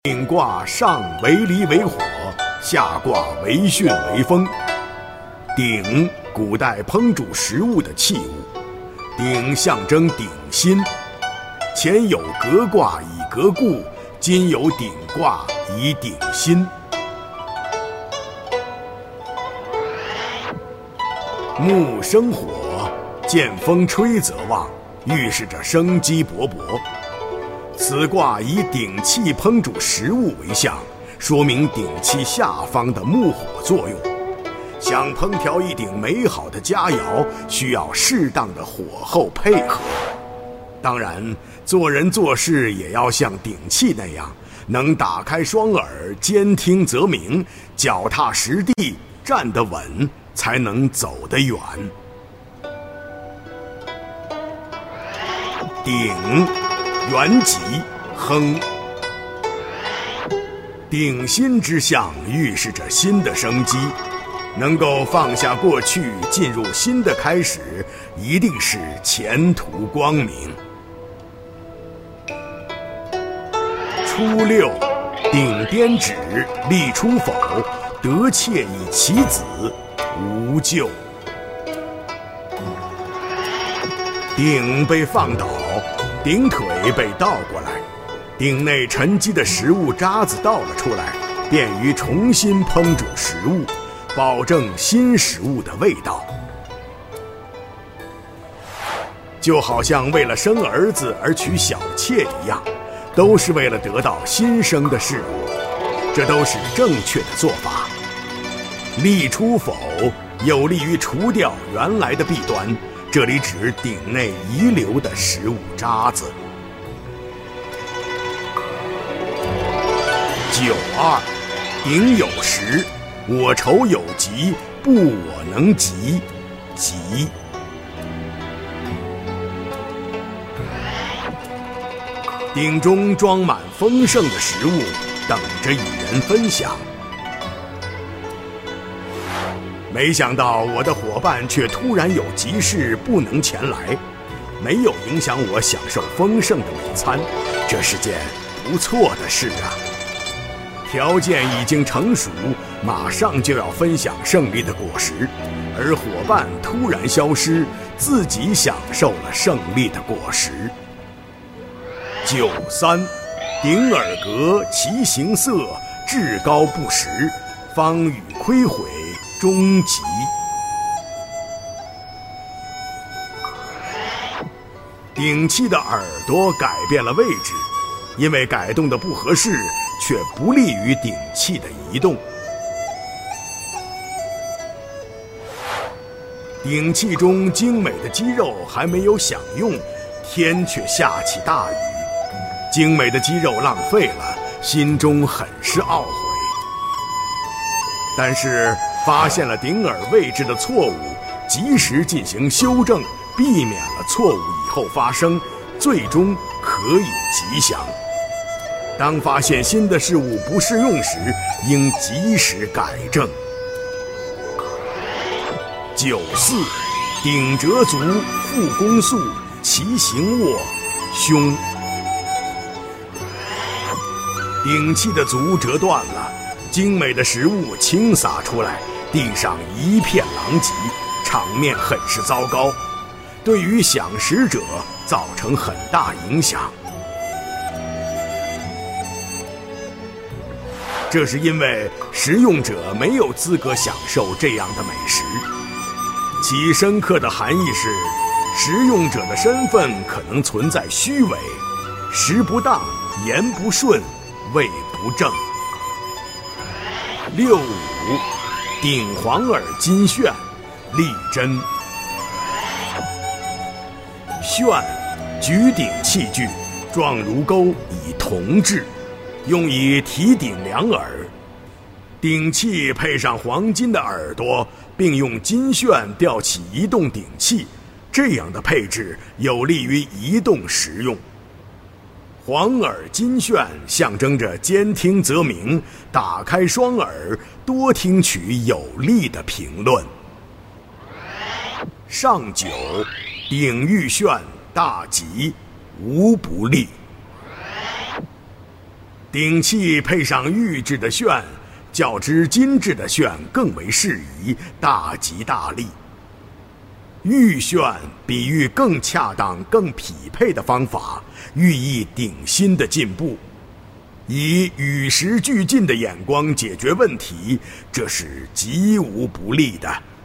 顶卦上为离为火，下卦为巽为风。鼎，古代烹煮食物的器物，鼎象征鼎心。前有革卦以革故，今有鼎卦以鼎心。木生火，见风吹则旺，预示着生机勃勃。此卦以鼎器烹煮食物为象，说明鼎器下方的木火作用。想烹调一鼎美好的佳肴，需要适当的火候配合。当然，做人做事也要像鼎器那样，能打开双耳，兼听则明，脚踏实地，站得稳，才能走得远。鼎，元吉，亨。鼎心之象预示着新的生机，能够放下过去，进入新的开始，一定是前途光明。初六，鼎颠止，利出否，得妾以其子，无咎。鼎被放倒，鼎腿被倒过来，鼎内沉积的食物渣子倒了出来，便于重新烹煮食物，保证新食物的味道。就好像为了生儿子而娶小妾一样，都是为了得到新生的事物，这都是正确的做法。利出否，有利于除掉原来的弊端，这里指鼎内遗留的食物渣子。九二，鼎有时，我愁有疾，不我能及，疾。鼎中装满丰盛的食物，等着与人分享。没想到我的伙伴却突然有急事不能前来，没有影响我享受丰盛的美餐，这是件不错的事啊。条件已经成熟，马上就要分享胜利的果实，而伙伴突然消失，自己享受了胜利的果实。九三，鼎耳革，其形色，至高不实，方与亏毁，终极。鼎器的耳朵改变了位置，因为改动的不合适，却不利于鼎器的移动。鼎器中精美的鸡肉还没有享用，天却下起大雨，精美的鸡肉浪费了，心中很是懊悔。但是发现了鼎耳位置的错误，及时进行修正，避免了错误以后发生，最终可以吉祥。当发现新的事物不适用时，应及时改正。九四，鼎折足，复弓速，其形卧，凶。鼎器的足折断了，精美的食物倾洒出来，地上一片狼藉，场面很是糟糕，对于享食者造成很大影响。这是因为食用者没有资格享受这样的美食，其深刻的含义是，食用者的身份可能存在虚伪，食不当，言不顺，味不正。六五，鼎黄耳金铉，利贞。铉，举鼎器具，状如钩，以铜制，用以提鼎量耳。鼎器配上黄金的耳朵，并用金铉吊起移动鼎器，这样的配置有利于移动食用。黄耳金铉象征着兼听则明，打开双耳，多听取有利的评论。上九，鼎遇铉，大吉，无不利。 鼎器配上玉制的炫，较之金制的炫更为适宜，大吉大利。玉炫比喻更恰当、更匹配的方法，寓意鼎新的进步。以与时俱进的眼光解决问题，这是极无不利的。